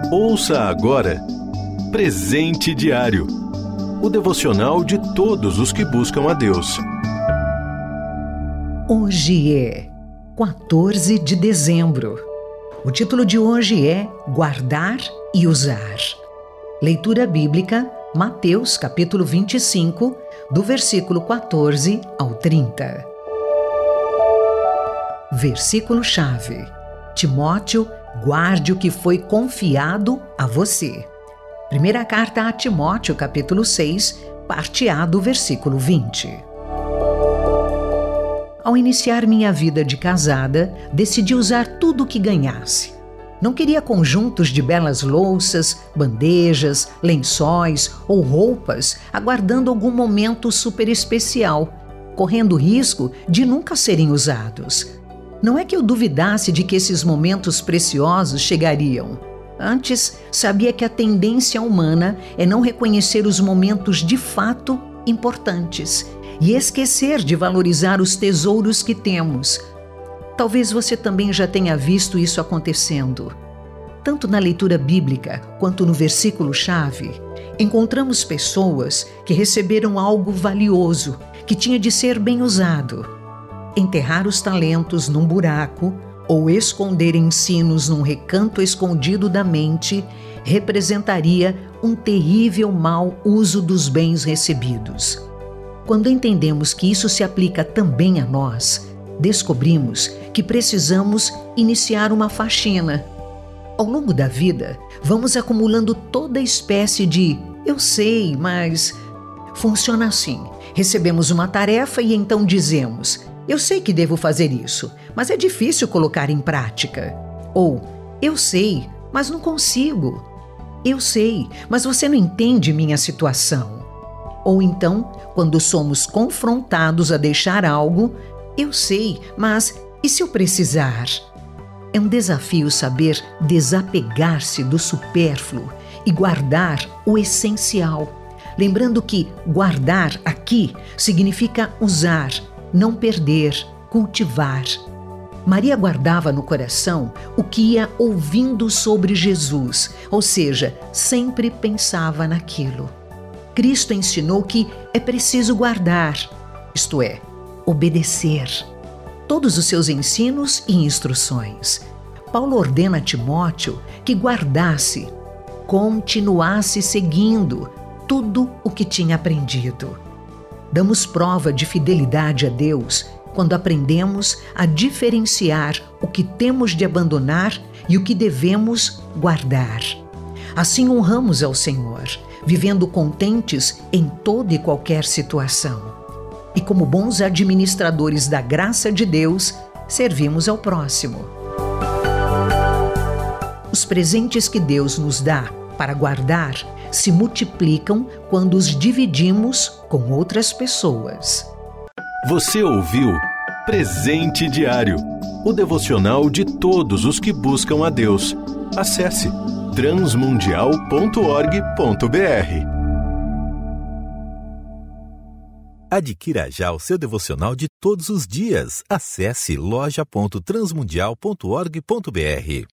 Ouça agora Presente Diário, o devocional de todos os que buscam a Deus. Hoje é 14 de dezembro. O título de hoje é Guardar e Usar. Leitura bíblica, Mateus capítulo 25, do versículo 14 ao 30. Versículo-chave: Timóteo, guarde o que foi confiado a você. Primeira carta a Timóteo, capítulo 6, parte A do versículo 20. Ao iniciar minha vida de casada, decidi usar tudo o que ganhasse. Não queria conjuntos de belas louças, bandejas, lençóis ou roupas aguardando algum momento super especial, correndo o risco de nunca serem usados. Não é que eu duvidasse de que esses momentos preciosos chegariam. Antes, sabia que a tendência humana é não reconhecer os momentos de fato importantes e esquecer de valorizar os tesouros que temos. Talvez você também já tenha visto isso acontecendo. Tanto na leitura bíblica quanto no versículo-chave, encontramos pessoas que receberam algo valioso, que tinha de ser bem usado. Enterrar os talentos num buraco ou esconder ensinos num recanto escondido da mente representaria um terrível mau uso dos bens recebidos. Quando entendemos que isso se aplica também a nós, descobrimos que precisamos iniciar uma faxina. Ao longo da vida, vamos acumulando toda espécie de "eu sei, mas..." Funciona assim: recebemos uma tarefa e então dizemos: "Eu sei que devo fazer isso, mas é difícil colocar em prática." Ou "Eu sei, mas não consigo." "Eu sei, mas você não entende minha situação." Ou então, quando somos confrontados a deixar algo, "Eu sei, mas e se eu precisar?" É um desafio saber desapegar-se do supérfluo e guardar o essencial. Lembrando que guardar aqui significa usar, não perder, cultivar. Maria guardava no coração o que ia ouvindo sobre Jesus, ou seja, sempre pensava naquilo. Cristo ensinou que é preciso guardar, isto é, obedecer todos os seus ensinos e instruções. Paulo ordena a Timóteo que guardasse, continuasse seguindo tudo o que tinha aprendido. Damos prova de fidelidade a Deus quando aprendemos a diferenciar o que temos de abandonar e o que devemos guardar. Assim honramos ao Senhor, vivendo contentes em toda e qualquer situação. E como bons administradores da graça de Deus, servimos ao próximo. Os presentes que Deus nos dá para guardar se multiplicam quando os dividimos com outras pessoas. Você ouviu Presente Diário, o devocional de todos os que buscam a Deus. Acesse transmundial.org.br. Adquira já o seu devocional de todos os dias. Acesse loja.transmundial.org.br.